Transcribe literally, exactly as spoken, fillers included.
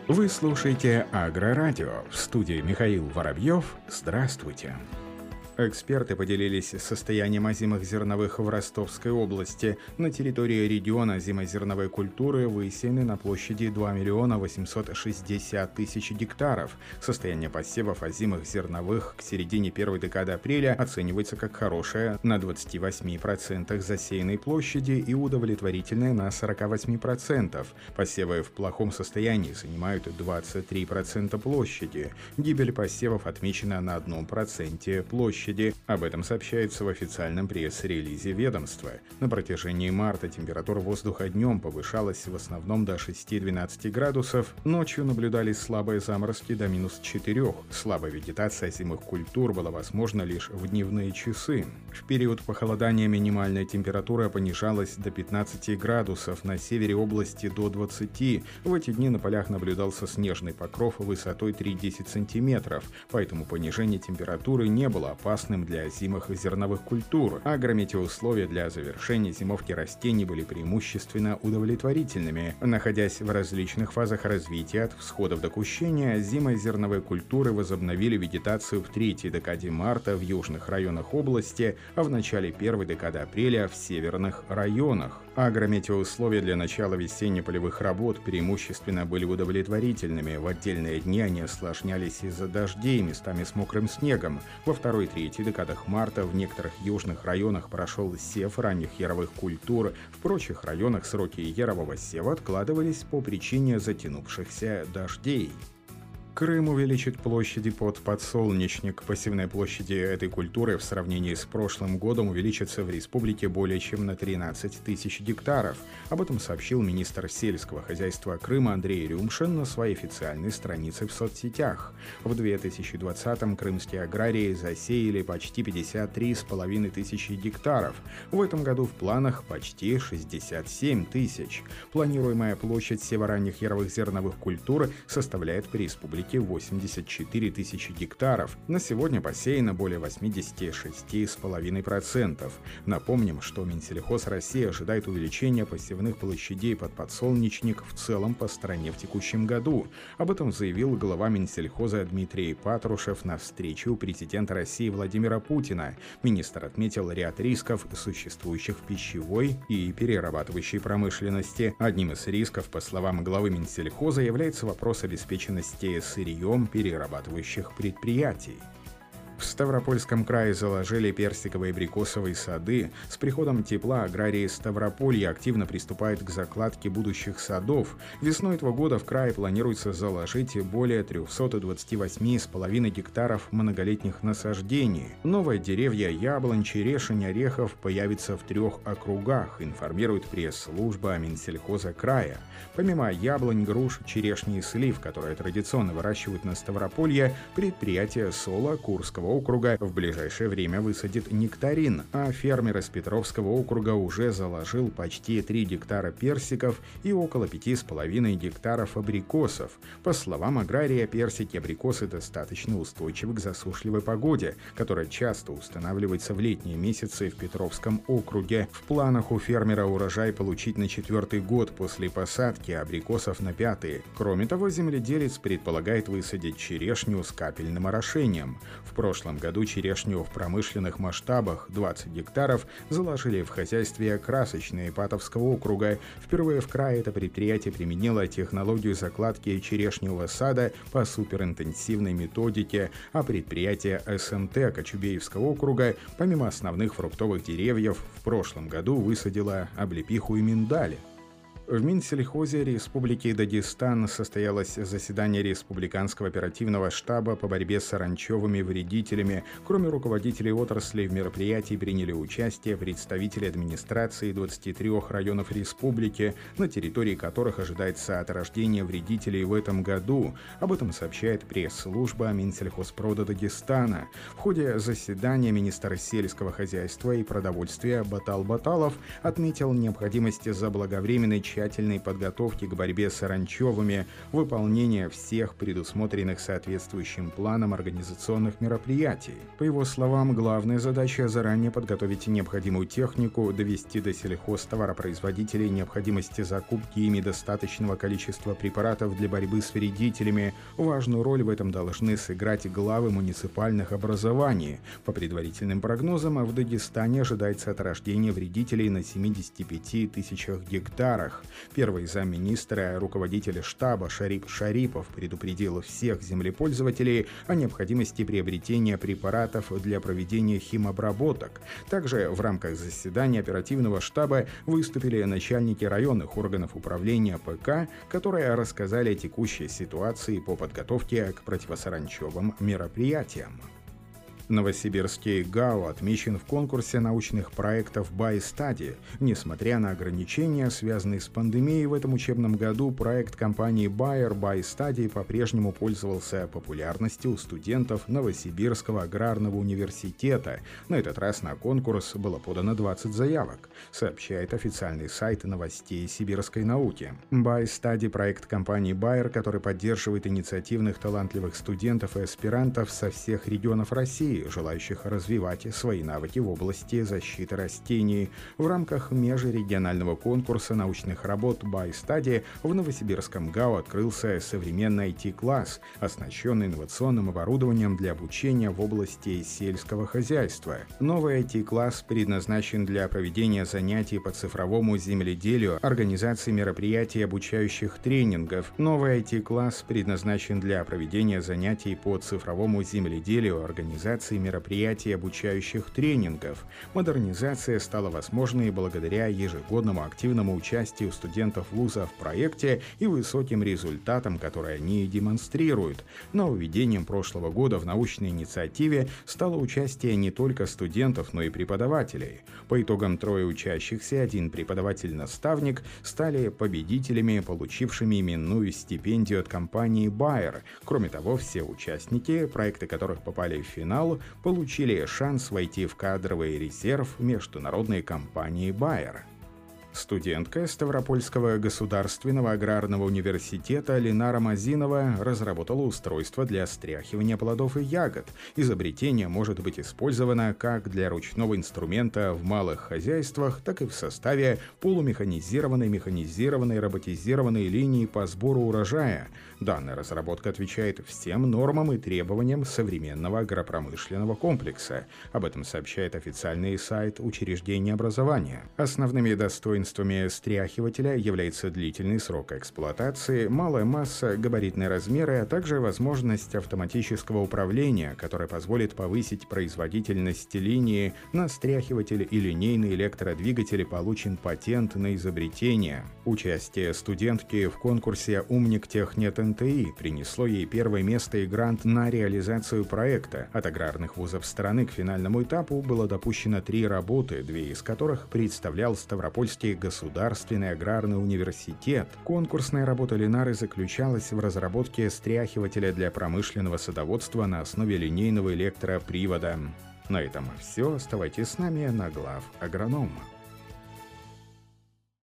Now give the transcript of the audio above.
Вы слушаете Агрорадио. В студии Михаил Воробьев. Здравствуйте. Эксперты поделились состоянием озимых зерновых в Ростовской области. На территории региона озимозерновой культуры высеяны на площади два миллиона восемьсот шестьдесят тысяч гектаров. Состояние посевов озимых зерновых к середине первой декады апреля оценивается как хорошее на двадцати восьми процентах засеянной площади и удовлетворительное на сорока восьми процентах. Посевы в плохом состоянии занимают двадцать три процента площади. Гибель посевов отмечена на одном проценте площади. Об этом сообщается в официальном пресс-релизе ведомства. На протяжении марта температура воздуха днем повышалась в основном до шести-двенадцати градусов, ночью наблюдались слабые заморозки до минус четырёх. Слабая вегетация озимых культур была возможна лишь в дневные часы. В период похолодания минимальная температура понижалась до пятнадцати градусов, на севере области до двадцати. В эти дни на полях наблюдался снежный покров высотой три-десять сантиметров, поэтому понижение температуры не было опасным для озимых зерновых культур. Агрометеоусловия для завершения зимовки растений были преимущественно удовлетворительными. Находясь в различных фазах развития от всходов до кущения, озимозерновые культуры возобновили вегетацию в третьей декаде марта в южных районах области, а в начале первой декады апреля в северных районах. Агрометеоусловия для начала весенне-полевых работ преимущественно были удовлетворительными. В отдельные дни они осложнялись из-за дождей, местами с мокрым снегом. Во второй и третьей декадах марта в некоторых южных районах прошел сев ранних яровых культур. В прочих районах сроки ярового сева откладывались по причине затянувшихся дождей. Крым увеличит площади под подсолнечник. Посевные площади этой культуры в сравнении с прошлым годом увеличатся в республике более чем на тринадцать тысяч гектаров. Об этом сообщил министр сельского хозяйства Крыма Андрей Рюмшин на своей официальной странице в соцсетях. В две тысячи двадцатом крымские аграрии засеяли почти пятьдесят три с половиной тысячи гектаров. В этом году в планах почти шестьдесят семь тысяч. Планируемая площадь северо-ранних яровых зерновых культур составляет по республике восемьдесят четыре тысячи гектаров. На сегодня посеяно более восемьдесят шесть и пять десятых процента. Напомним, что Минсельхоз России ожидает увеличения посевных площадей под подсолнечник в целом по стране в текущем году. Об этом заявил глава Минсельхоза Дмитрий Патрушев на встрече у президента России Владимира Путина. Министр отметил ряд рисков, существующих в пищевой и перерабатывающей промышленности. Одним из рисков, по словам главы Минсельхоза, является вопрос обеспеченности сырьем перерабатывающих предприятий. В Ставропольском крае заложили персиковые и абрикосовые сады. С приходом тепла аграрии Ставрополья активно приступают к закладке будущих садов. Весной этого года в крае планируется заложить более трёхсот двадцати восьми с половиной гектаров многолетних насаждений. Новые деревья яблонь, черешень, орехов появятся в трех округах, информирует пресс-служба Минсельхоза края. Помимо яблонь, груш, черешни и слив, которые традиционно выращивают на Ставрополье, предприятие Соло Курского округа в ближайшее время высадит нектарин, а фермер из Петровского округа уже заложил почти три гектара персиков и около пяти с половиной гектаров абрикосов. По словам агрария, персики и абрикосы достаточно устойчивы к засушливой погоде, которая часто устанавливается в летние месяцы в Петровском округе. В планах у фермера урожай получить на четвертый год после посадки, абрикосов на пятый. Кроме того, земледелец предполагает высадить черешню с капельным орошением. В прошлом В прошлом году черешню в промышленных масштабах двадцать гектаров заложили в хозяйстве красочные Ипатовского округа. Впервые в крае это предприятие применило технологию закладки черешневого сада по суперинтенсивной методике, а предприятие эс эм тэ Кочубеевского округа, помимо основных фруктовых деревьев, в прошлом году высадило облепиху и миндаль. В Минсельхозе Республики Дагестан состоялось заседание Республиканского оперативного штаба по борьбе с саранчевыми вредителями. Кроме руководителей отрасли, в мероприятии приняли участие представители администрации двадцати трёх районов республики, на территории которых ожидается отрождение вредителей в этом году. Об этом сообщает пресс-служба Минсельхозпрода Дагестана. В ходе заседания министр сельского хозяйства и продовольствия Батал Баталов отметил необходимость заблаговременной тщательной подготовки к борьбе с саранчевыми, выполнения всех предусмотренных соответствующим планом организационных мероприятий. По его словам, главная задача – заранее подготовить необходимую технику, довести до сельхозтоваропроизводителей необходимости закупки ими достаточного количества препаратов для борьбы с вредителями. Важную роль в этом должны сыграть главы муниципальных образований. По предварительным прогнозам, в Дагестане ожидается от рождения вредителей на семидесяти пяти тысячах гектарах. Первый замминистра, руководитель штаба Шарип Шарипов предупредил всех землепользователей о необходимости приобретения препаратов для проведения химобработок. Также в рамках заседания оперативного штаба выступили начальники районных органов управления ПК, которые рассказали о текущей ситуации по подготовке к противосаранчевым мероприятиям. Новосибирский ГАУ отмечен в конкурсе научных проектов BioStudy. Несмотря на ограничения, связанные с пандемией, в этом учебном году проект компании Bayer BioStudy по-прежнему пользовался популярностью у студентов Новосибирского аграрного университета. На этот раз на конкурс было подано двадцать заявок, сообщает официальный сайт новостей сибирской науки. BioStudy – проект компании Bayer, который поддерживает инициативных талантливых студентов и аспирантов со всех регионов России, желающих развивать свои навыки в области защиты растений. В рамках межрегионального конкурса научных работ BioStudy в Новосибирском ГАУ открылся современный ай ти-класс, оснащенный инновационным оборудованием для обучения в области сельского хозяйства. Новый ай ти-класс предназначен для проведения занятий по цифровому земледелию, организации мероприятий, обучающих тренингов. Новый ай ти-класс предназначен для проведения занятий по цифровому земледелию, организации мероприятий, обучающих тренингов. Модернизация стала возможной благодаря ежегодному активному участию студентов вуза в проекте и высоким результатам, которые они демонстрируют. Нововведением прошлого года в научной инициативе стало участие не только студентов, но и преподавателей. По итогам трое учащихся и один преподаватель-наставник стали победителями, получившими именную стипендию от компании Bayer. Кроме того, все участники, проекты которых попали в финал, получили шанс войти в кадровый резерв международной компании Bayer. Студентка Ставропольского государственного аграрного университета Ленара Мазинова разработала устройство для стряхивания плодов и ягод. Изобретение может быть использовано как для ручного инструмента в малых хозяйствах, так и в составе полумеханизированной, механизированной, роботизированной линии по сбору урожая. Данная разработка отвечает всем нормам и требованиям современного агропромышленного комплекса. Об этом сообщает официальный сайт учреждения образования. Основными достоинствами стряхивателя является длительный срок эксплуатации, малая масса, габаритные размеры, а также возможность автоматического управления, которая позволит повысить производительность линии. На стряхиватель и линейный электродвигатель получен патент на изобретение. Участие студентки в конкурсе «Умник Технет эн тэ и» принесло ей первое место и грант на реализацию проекта. От аграрных вузов страны к финальному этапу было допущено три работы, две из которых представлял Ставропольский государственный аграрный университет. Конкурсная работа Ленары заключалась в разработке стряхивателя для промышленного садоводства на основе линейного электропривода. На этом все. Оставайтесь с нами на глав агронома.